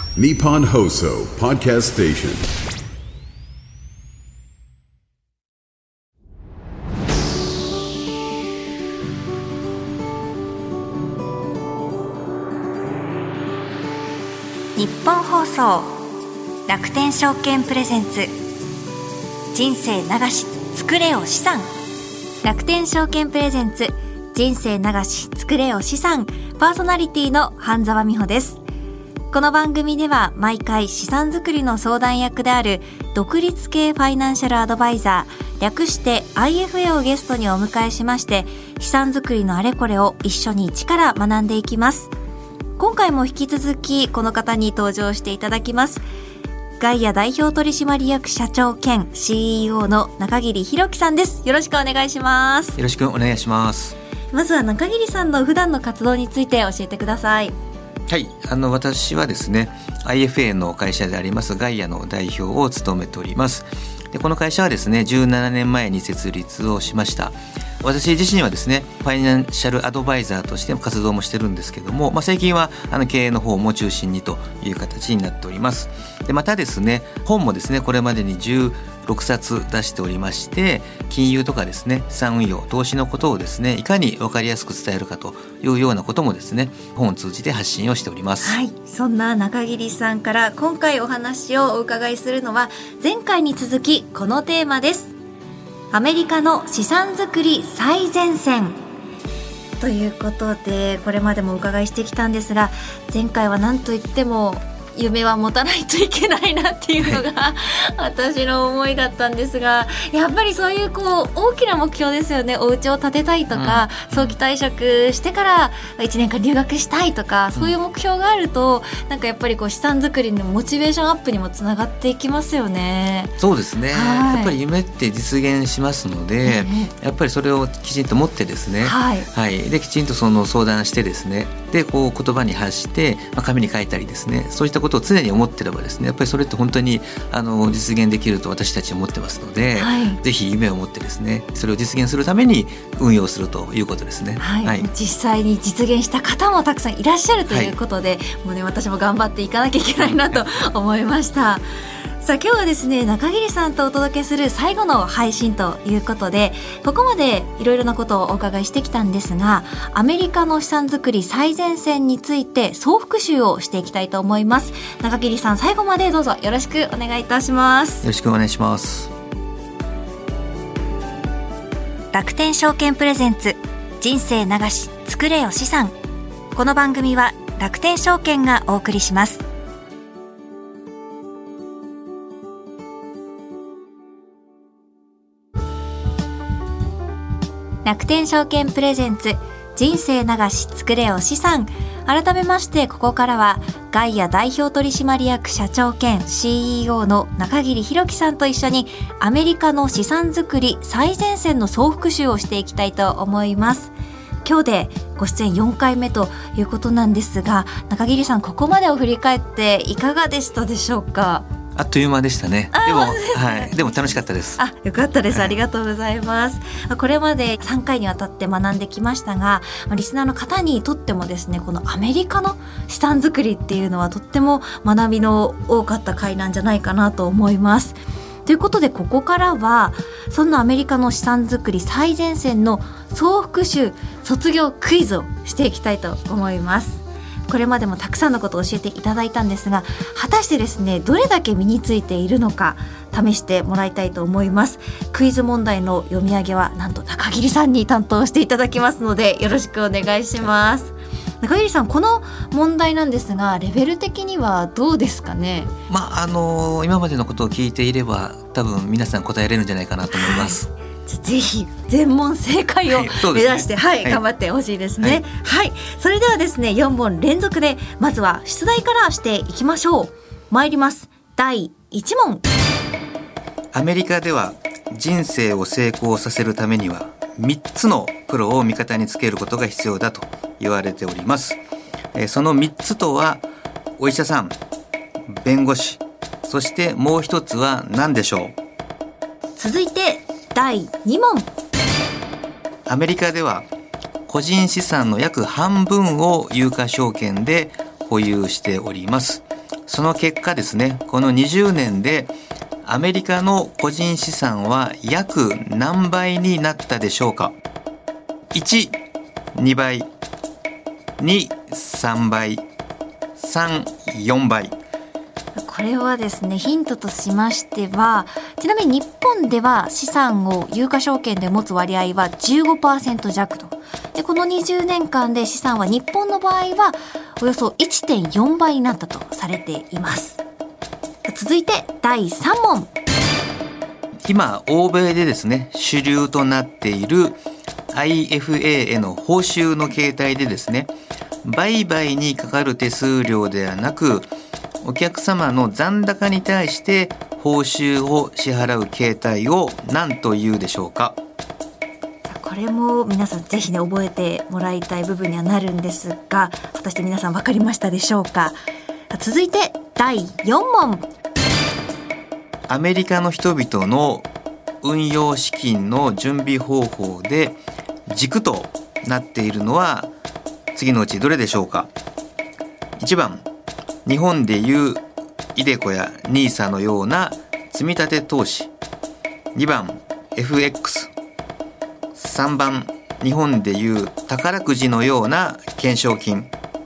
Nippon Hoso Podcast Station。 日本放送楽天証券プレゼンツ人生流し作れよ資産。楽天証券プレゼンツ人生流し作れよ資産、パーソナリティの半沢美穂です。この番組では毎回資産作りの相談役である独立系ファイナンシャルアドバイザー、略して IFA をゲストにお迎えしまして、資産作りのあれこれを一緒に一から学んでいきます。今回も引き続きこの方に登場していただきます。ガイア代表取締役社長兼 CEO の中桐弘樹さんです。よろしくお願いします。 よろしくお願いします。 まずは中桐さんの普段の活動について教えてください。 はい、私はですね IFA の会社でありますガイアの代表を務めております。でこの会社はですね17年前に設立をしました。私自身はですねファイナンシャルアドバイザーとしての活動もしてるんですけども、最近は経営の方も中心にという形になっております。でまたですね本もですねこれまでに16冊出しておりまして、金融とかですね資産運用投資のことをですねいかに分かりやすく伝えるかというようなこともですね本を通じて発信をしております。 はい、そんな中桐さんから今回お話をお伺いするのは前回に続きこのテーマです。アメリカの資産作り最前線ということで、これまでもお伺いしてきたんですが、前回は何といっても夢は持たないといけないなっていうのが私の思いだったんですが、やっぱりそういう大きな目標ですよね。お家を建てたいとか、早期退職してから1年間留学したいとか、そういう目標があるとなんかやっぱり資産作りのモチベーションアップにもつながっていきますよね。 そうですね、 はい、 やっぱり夢って実現しますので、やっぱりそれをきちんと持ってですね、できちんとその相談してですね、で言葉に発して、紙に書いたりですね、そういったことを常に思ってればですね、やっぱりそれって本当に実現できると私たちは思ってますので、ぜひ夢を持ってですねそれを実現するために運用するということですね。 実際に実現した方もたくさんいらっしゃるということで、もうね私も頑張っていかなきゃいけないなと思いました。さあ今日はですね中桐さんとお届けする最後の配信ということで、ここまでいろいろなことをお伺いしてきたんですが、アメリカの資産作り最前線について総復習をしていきたいと思います。中桐さん、最後までどうぞよろしくお願いいたします。 よろしくお願いします。 楽天証券プレゼンツ人生流し作れよ資産。この番組は楽天証券がお送りします。楽天証券プレゼンツ人生流し作れよ資産。改めましてここからはガイア代表取締役社長兼 CEO の中桐弘樹さんと一緒にアメリカの資産作り最前線の総復習をしていきたいと思います。今日でご出演4回目ということなんですが、中桐さん、ここまでを振り返っていかがでしたでしょうか？ あっという間でしたね。でも楽しかったです。 よかったです。ありがとうございます。これまで3回にわたって学んできましたが、リスナーの方にとってもですね、このアメリカの資産作りっていうのはとっても学びの多かった回なんじゃないかなと思います。ということでここからはそんなアメリカの資産作り最前線の総復習卒業クイズをしていきたいと思います。これまでもたくさんのことを教えていただいたんですが、果たしてですねどれだけ身についているのか試してもらいたいと思います。クイズ問題の読み上げはなんと中桐さんに担当していただきますのでよろしくお願いします。中桐さん、この問題なんですがレベル的にはどうですかね？ 今までのことを聞いていれば多分皆さん答えれるんじゃないかなと思います。 ぜひ全問正解を目指して、頑張ってほしいですね。それではですね4問連続でまずは出題からしていきましょう。参ります。第1問。 アメリカでは人生を成功させるためには3つのプロを味方につけることが必要だと言われております。その3つとはお医者さん、弁護士、そしてもう一つは何でしょう？ 続いて第2問。 アメリカでは個人資産の約半分を有価証券で保有しております。 その結果ですね、この20年でアメリカの個人資産は約何倍になったでしょうか。1、2倍、2、3倍、3、4倍。 これはですね、ヒントとしましては、ちなみに日本では資産を有価証券で持つ割合は 15% 弱と。で、この20年間で資産は日本の場合はおよそ 1.4 倍になったとされています。続いて第3問。 今欧米でですね、主流となっている IFA への報酬の形態でですね、売買にかかる手数料ではなく、お客様の残高に対して報酬を支払う形態を何というでしょうか。 これも皆さんぜひね、覚えてもらいたい部分にはなるんですが、果たして皆さん分かりましたでしょうか。続いて第4問。 アメリカの人々の運用資金の準備方法で軸となっているのは次のうちどれでしょうか。1番、日本でいうiDeCoや NISA のような積み立て投資。2番 FX。 3番、日本でいう宝くじのような懸賞金。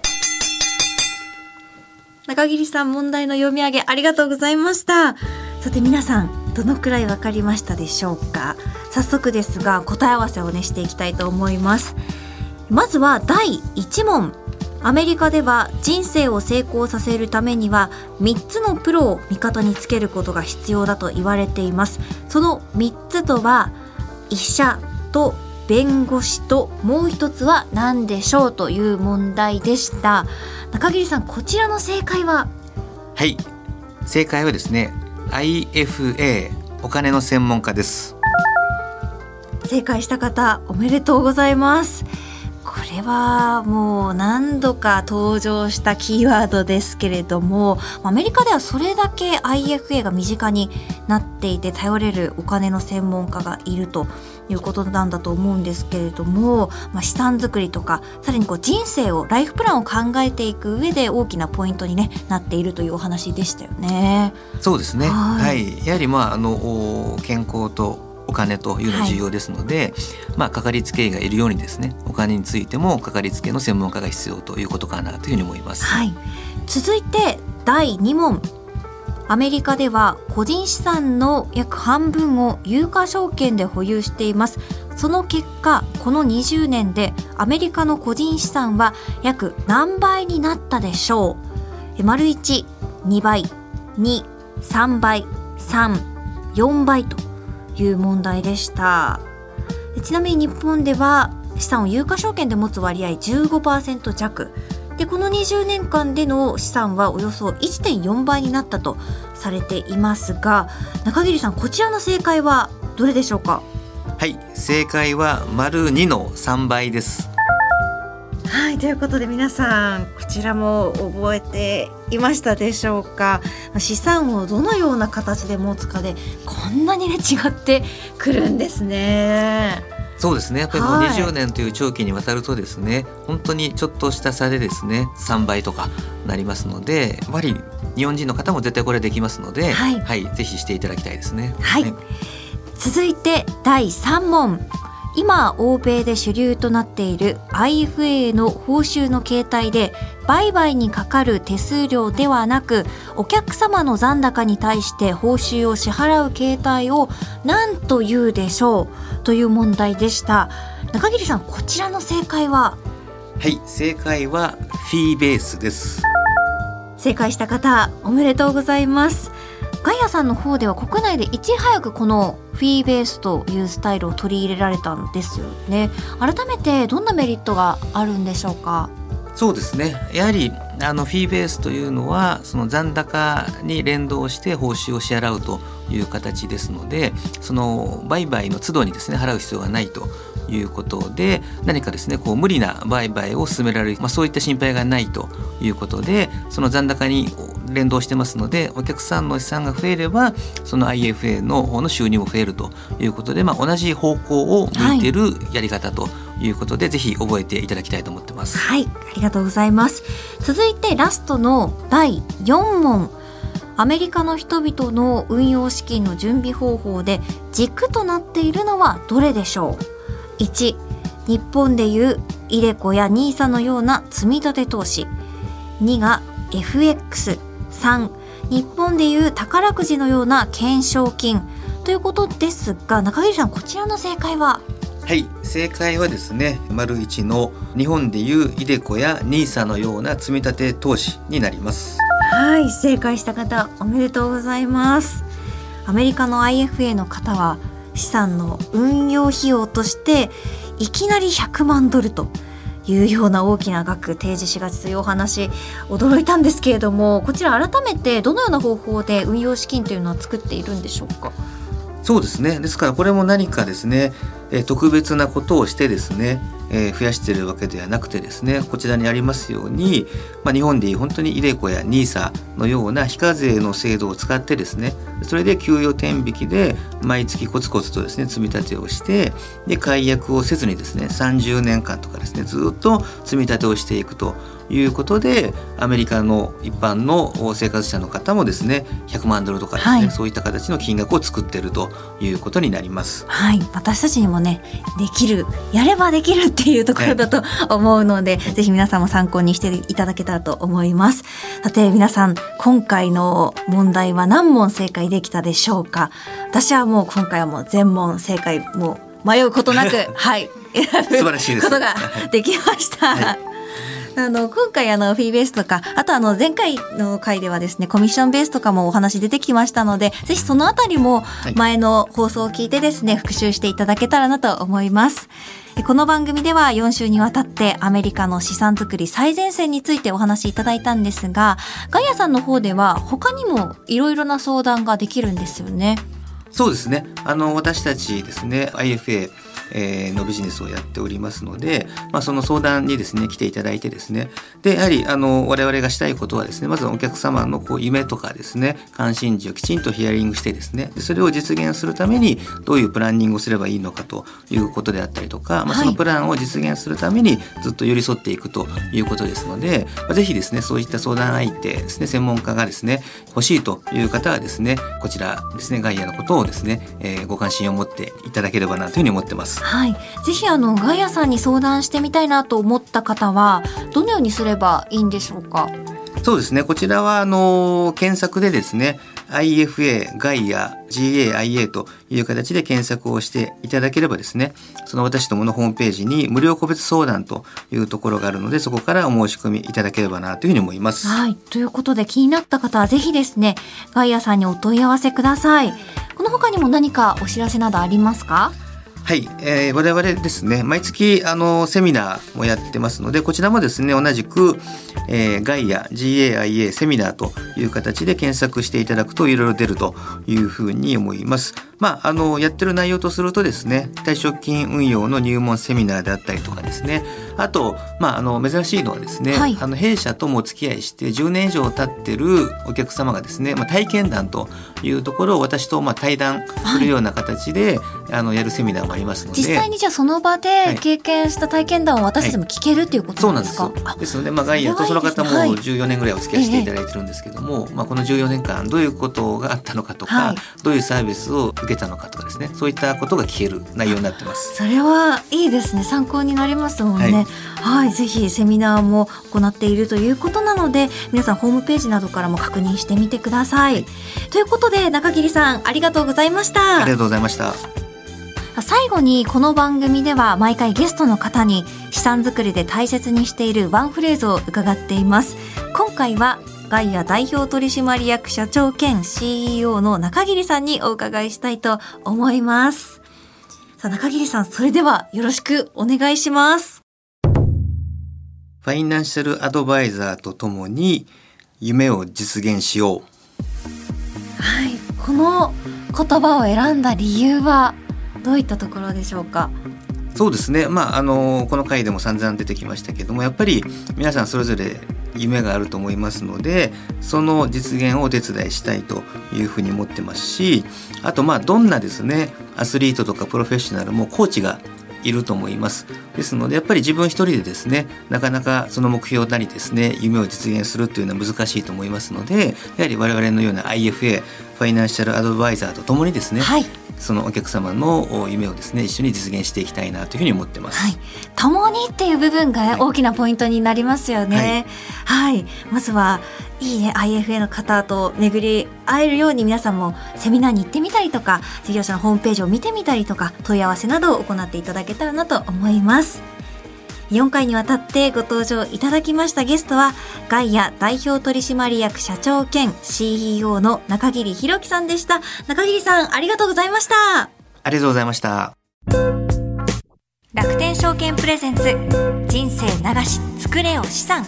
中桐さん、問題の読み上げありがとうございました。さて皆さん、どのくらい分かりましたでしょうか。早速ですが答え合わせをね、していきたいと思います。まずは第1問。アメリカでは人生を成功させるためには3つのプロを味方につけることが必要だと言われています。その3つとは、医者と弁護士ともう一つは何でしょうという問題でした。中桐さん、こちらの正解は？ はい、正解はですね、IFA、 お金の専門家です。 正解した方おめでとうございます。これはもう何度か登場したキーワードですけれども、アメリカではそれだけ IFA が身近になっていて、頼れるお金の専門家がいるということなんだと思うんですけれども、資産作りとかさらに人生を、ライフプランを考えていく上で大きなポイントに、なっているというお話でしたよね。 そうですね。はい、やはり健康とお金というのは重要ですので、かかりつけ医がいるようにですね、お金についてもかかりつけの専門家が必要ということかなというふうに思います。 はい、続いて第2問。アメリカでは個人資産の約半分を有価証券で保有しています。その結果、この20年でアメリカの個人資産は約何倍になったでしょう。1、2倍、2、3倍、3、4倍という問題でした。ちなみに日本では資産を有価証券で持つ割合 15% 弱で、この20年間での資産はおよそ 1.4 倍になったとされていますが、中桐さん、こちらの正解はどれでしょうか。 はい、正解は丸2の3倍です。 はい、ということで皆さん、こちらも覚えていましたでしょうか。資産をどのような形で持つかでこんなにね、違ってくるんですね。 そうですね。やっぱりもう20年という長期にわたるとですね、本当にちょっとした差でですね、3倍とかなりますので、やっぱり日本人の方も絶対これできますので、はい、ぜひしていただきたいですね。 はい、続いて第3問。今欧米で主流となっている IFA の報酬の形態で、売買にかかる手数料ではなく、お客様の残高に対して報酬を支払う形態を何というでしょうという問題でした。中桐さん、こちらの正解は？ はい、正解はフィーベースです。 正解した方おめでとうございます。ガイアさんの方では国内でいち早くこのフィーベースというスタイルを取り入れられたんですよね。改めてどんなメリットがあるんでしょうか。 そうですね。やはりフィーベースというのはその残高に連動して報酬を支払うという形ですので、その売買の都度にですね払う必要がないということで、何かですね無理な売買を進められる、そういった心配がないということで、その残高に連動してますので、お客さんの資産が増えればその IFA の方の収入も増えるということで、同じ方向を向いているやり方ということでぜひ覚えていただきたいと思ってます。 はい、ありがとうございます。続いてラストの第4問。アメリカの人々の運用資金の準備方法で軸となっているのはどれでしょう。1、日本でいうイデコやニーサのような積み立て投資。2が FX。3、日本でいう宝くじのような懸賞金ということですが、中桐さん、こちらの正解は？ はい、正解はですね、丸1の日本でいうイデコやニーサのような積み立て投資になります。 はい、正解した方おめでとうございます。アメリカの IFA の方は資産の運用費用としていきなり100万ドルというような大きな額提示しがちというお話、驚いたんですけれども、こちら改めてどのような方法で運用資金というのは作っているんでしょうか？ そうですね、ですからこれも何かですね、特別なことをしてですね、増やしているわけではなくてですね、こちらにありますように、日本でいう本当にイデコやニーサのような非課税の制度を使ってですね、それで給与天引きで毎月コツコツとですね積み立てをして、で解約をせずにですね30年間とかですねずっと積み立てをしていくということで、アメリカの一般の生活者の方もですね100万ドルとかですね、そういった形の金額を作っているということになります。 はい、私たちにもね、できる、やればできるっていうところだと思うので、ぜひ皆さんも参考にしていただけたらと思います。さて皆さん、今回の問題は何問正解できたでしょうか？私はもう今回はもう全問正解、もう迷うことなくはい素晴らしいですことができました。はい、今回フィーベースとか、あと前回の回ではですねコミッションベースとかもお話出てきましたので、ぜひそのあたりも前の放送を聞いてですね復習していただけたらなと思います。この番組では4週にわたってアメリカの資産作り最前線についてお話しいただいたんですが、ガイアさんの方では他にもいろいろな相談ができるんですよね。 そうですね、私たちですね IFAのビジネスをやっておりますので、その相談にですね来ていただいてですね、でやはり我々がしたいことはですね、まずお客様の夢とかですね関心事をきちんとヒアリングしてですね、でそれを実現するためにどういうプランニングをすればいいのかということであったりとか、そのプランを実現するためにずっと寄り添っていくということですので、ぜひですねそういった相談相手ですね、専門家がですね欲しいという方はですね、こちらですねガイアのことをですね、ご関心を持っていただければなというふうに思ってます。 はい、ぜひガイアさんに相談してみたいなと思った方はどのようにすればいいんでしょうか？ そうですね、こちらは検索でですね IFA ガイア GAIA という形で検索をしていただければですね、その私どものホームページに無料個別相談というところがあるので、そこからお申し込みいただければなというふうに思います。 はい、ということで気になった方はぜひですねガイアさんにお問い合わせください。この他にも何かお知らせなどありますか？ はい、我々ですね毎月セミナーもやってますので、こちらもですね同じく、ガイア GAIA セミナーという形で検索していただくといろいろ出るというふうに思います。やってる内容とするとですね、退職金運用の入門セミナーであったりとかですね、あと、珍しいのはですね、弊社ともお付き合いして10年以上経ってるお客様がですね、体験談というところを私と対談するような形で、やるセミナーもありますので、 実際にじゃあその場で経験した体験談を私たちも聞けるっていうことなんですか？ そうなんですよ。ですので、ガイアとその方も14年ぐらいお付き合いしていただいてるんですけども、この14年間どういうことがあったのかとか、どういうサービスを受けたのかとかですね、そういったことが聞ける内容になってます。 それはいいですね、参考になりますもんね。はい、ぜひセミナーも行っているということなので、皆さんホームページなどからも確認してみてください。ということで中桐さんありがとうございました。 ありがとうございました。 最後にこの番組では毎回ゲストの方に資産作りで大切にしているワンフレーズを伺っています。今回はガイア代表取締役社長兼 CEO の中桐さんにお伺いしたいと思います。さあ中桐さん、それではよろしくお願いします。 ファイナンシャルアドバイザーとともに夢を実現しよう。 はい、この言葉を選んだ理由はどういったところでしょうか？ そうですね、この回でも散々出てきましたけども、やっぱり皆さんそれぞれ夢があると思いますので、その実現をお手伝いしたいというふうに思ってますし、あとどんなですねアスリートとかプロフェッショナルもコーチがいると思います。ですのでやっぱり自分一人でですねなかなかその目標なりですね夢を実現するというのは難しいと思いますので、やはり我々のような IFA ファイナンシャルアドバイザーとともにですね、はい、そのお客様の夢をですね一緒に実現していきたいなというふうに思ってます。 はい、共にっていう部分が大きなポイントになりますよね。はい、はい、まずはいいね IFA の方と巡り会えるように皆さんもセミナーに行ってみたりとか事業者のホームページを見てみたりとか問い合わせなどを行っていただけたらなと思います。4回にわたってご登場いただきましたゲストはガイア代表取締役社長兼 CEO の中桐弘樹さんでした。中桐さんありがとうございました。 ありがとうございました。 楽天証券プレゼンツ人生流し作れよ資産。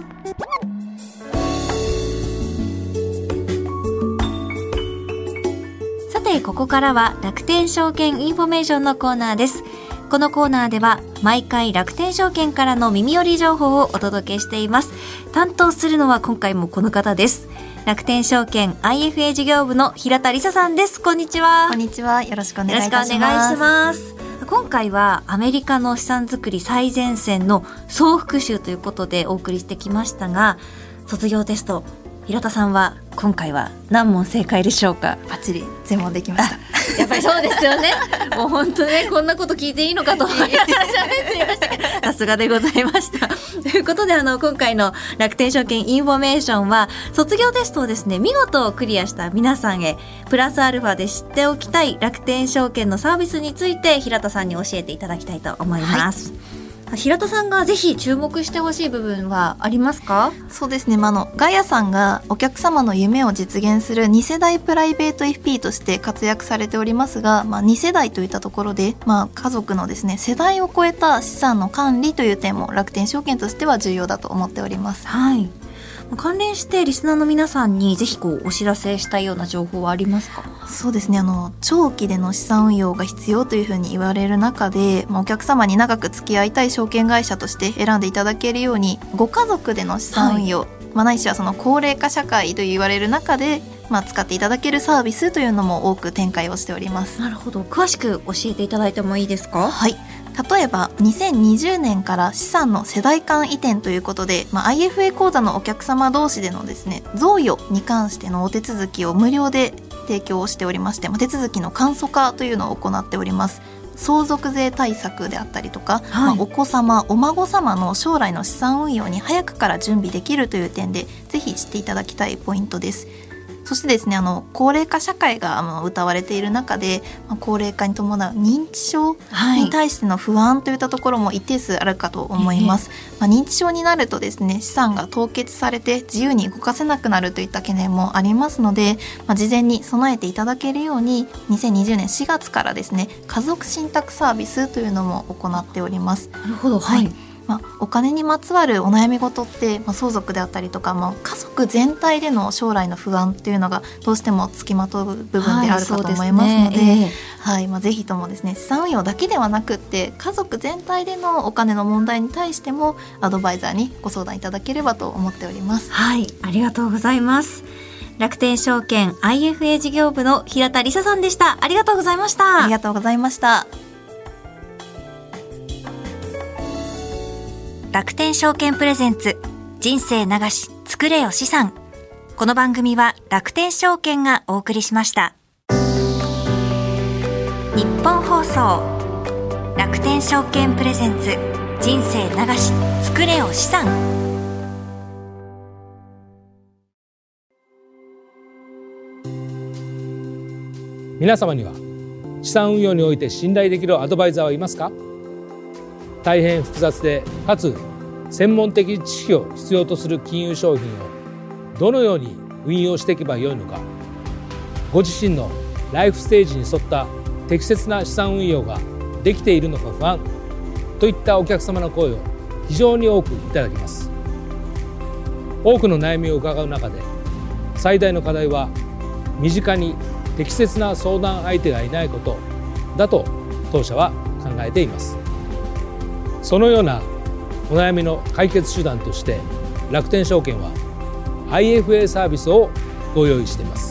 さてここからは楽天証券インフォメーションのコーナーです。このコーナーでは毎回楽天証券からの耳寄り情報をお届けしています。担当するのは今回もこの方です。楽天証券 IFA 事業部の平田理沙さんです。こんにちは。 こんにちは。よろしくお願いいたします。 今回はアメリカの資産作り最前線の総復習ということでお送りしてきましたが、卒業テスト平田さんは今回は何問正解でしょうか？ バッチリ全問できました。 やっぱりそうですよね。もう本当ねこんなこと聞いていいのかと思いながら喋っていましたけどさすがでございましたということで今回の楽天証券インフォメーションは卒業テストをですね見事クリアした皆さんへプラスアルファで知っておきたい楽天証券のサービスについて平田さんに教えていただきたいと思います。はい、平田さんがぜひ注目してほしい部分はありますか？ そうですね、ガイアさんがお客様の夢を実現する2世代プライベート FP として活躍されておりますが、2世代といったところで、家族のですね世代を超えた資産の管理という点も楽天証券としては重要だと思っております。 はい、関連してリスナーの皆さんにぜひお知らせしたいような情報はありますか？ そうですね、長期での資産運用が必要というふうに言われる中で、お客様に長く付き合いたい証券会社として選んでいただけるようにご家族での資産運用、ないしはその高齢化社会と言われる中で、使っていただけるサービスというのも多く展開をしております。 なるほど、詳しく教えていただいてもいいですか？ はい、例えば2020年から資産の世代間移転ということで、IFA 口座のお客様同士でのですね贈与に関してのお手続きを無料で提供しておりまして、手続きの簡素化というのを行っております。相続税対策であったりとか、お子様お孫様の将来の資産運用に早くから準備できるという点でぜひ知っていただきたいポイントです。そしてですね、高齢化社会が謳われている中で、高齢化に伴う認知症に対しての不安といったところも一定数あるかと思います。認知症になるとですね、資産が凍結されて自由に動かせなくなるといった懸念もありますので、事前に備えていただけるように2020年4月からですね家族信託サービスというのも行っております。 なるほど、はい。 お金にまつわるお悩み事って、相続であったりとか、家族全体での将来の不安っていうのがどうしてもつきまとう部分であるかと思いますので、ぜひともですね資産運用だけではなくって家族全体でのお金の問題に対してもアドバイザーにご相談いただければと思っております。 はい、ありがとうございます。楽天証券 IFA 事業部の平田理沙さんでした。ありがとうございました。 ありがとうございました。 楽天証券プレゼンツ人生流し作れよ資産。この番組は楽天証券がお送りしました。日本放送楽天証券プレゼンツ人生流し作れよ資産。 皆様には資産運用において信頼できるアドバイザーはいますか？大変複雑でかつ専門的知識を必要とする金融商品をどのように運用していけばよいのか、ご自身のライフステージに沿った適切な資産運用ができているのか不安といったお客様の声を非常に多くいただきます。多くの悩みを伺う中で最大の課題は身近に適切な相談相手がいないことだと当社は考えています。そのようなお悩みの解決手段として楽天証券は IFA サービスをご用意しています。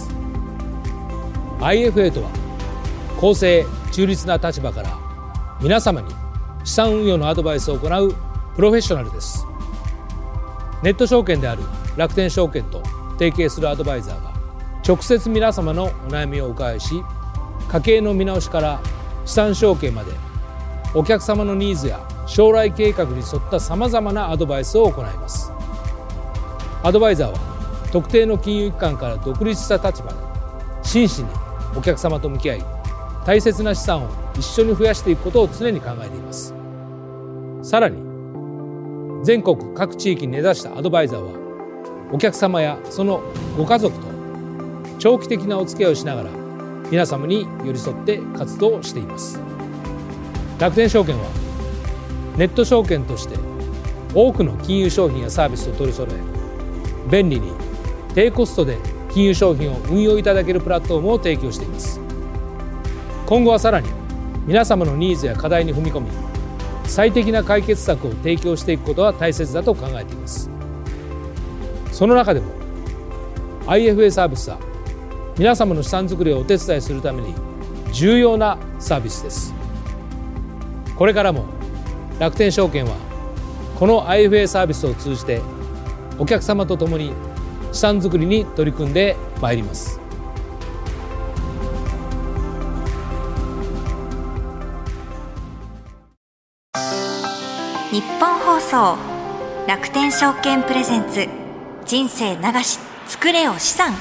IFA とは公正中立な立場から皆様に資産運用のアドバイスを行うプロフェッショナルです。ネット証券である楽天証券と提携するアドバイザーが直接皆様のお悩みをお伺いし、家計の見直しから資産承継までお客様のニーズや将来計画に沿ったさまざまなアドバイスを行います。アドバイザーは特定の金融機関から独立した立場で真摯にお客様と向き合い、大切な資産を一緒に増やしていくことを常に考えています。さらに全国各地域に根ざしたアドバイザーはお客様やそのご家族と長期的なお付き合いをしながら皆様に寄り添って活動しています。楽天証券はネット証券として多くの金融商品やサービスを取り揃え、便利に低コストで金融商品を運用いただけるプラットフォームを提供しています。今後はさらに皆様のニーズや課題に踏み込み、最適な解決策を提供していくことは大切だと考えています。その中でも IFA サービスは皆様の資産作りをお手伝いするために重要なサービスです。これからも楽天証券はこの IFA サービスを通じてお客様と共に資産作りに取り組んでまいります。 日本放送楽天証券プレゼンツ人生流し作れよ資産。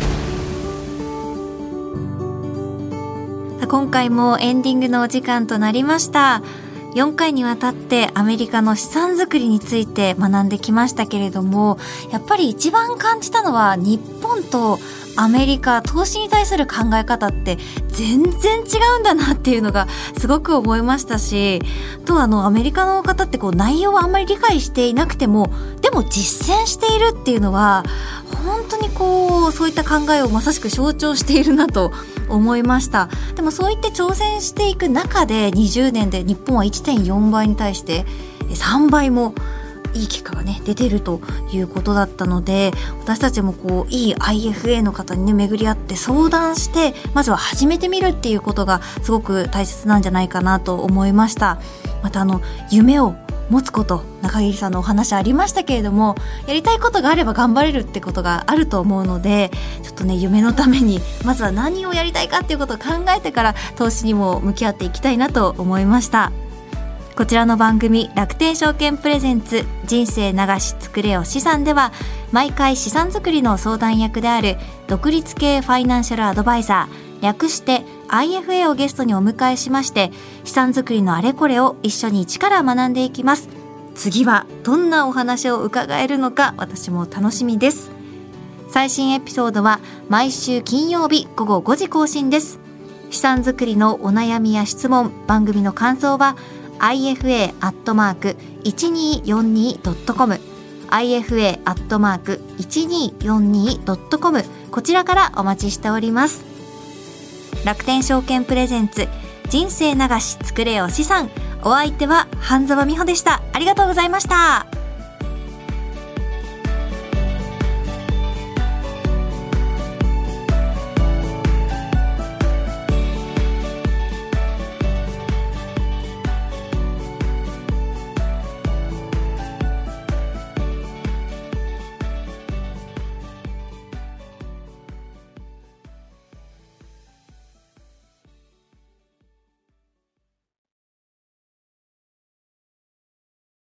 今回もエンディングのお時間となりました。4回にわたってアメリカの資産作りについて学んできましたけれども、やっぱり一番感じたのは日本とアメリカ、投資に対する考え方って全然違うんだなっていうのがすごく思いましたし、とアメリカの方って内容はあんまり理解していなくても、でも実践しているっていうのは本当にそういった考えをまさしく象徴しているなと思いました。でもそういって挑戦していく中で20年で日本は 1.4 倍に対して3倍もいい結果がね出てるということだったので、私たちもいい IFA の方にね巡り合って相談して、まずは始めてみるっていうことがすごく大切なんじゃないかなと思いました。また夢を持つこと、中桐さんのお話ありましたけれども、やりたいことがあれば頑張れるってことがあると思うので、ちょっとね夢のためにまずは何をやりたいかっていうことを考えてから投資にも向き合っていきたいなと思いました。こちらの番組楽天証券プレゼンツ人生流し作れよ資産では、毎回資産作りの相談役である独立系ファイナンシャルアドバイザー、略して IFA をゲストにお迎えしまして、資産作りのあれこれを一緒に一から学んでいきます。次はどんなお話を伺えるのか、私も楽しみです。最新エピソードは毎週金曜日午後5時更新です。資産作りのお悩みや質問、番組の感想はifa@1242.com ifa@1242.com こちらからお待ちしております。楽天証券プレゼンツ人生流し作れよ資産、お相手は半沢美穂でした。ありがとうございました。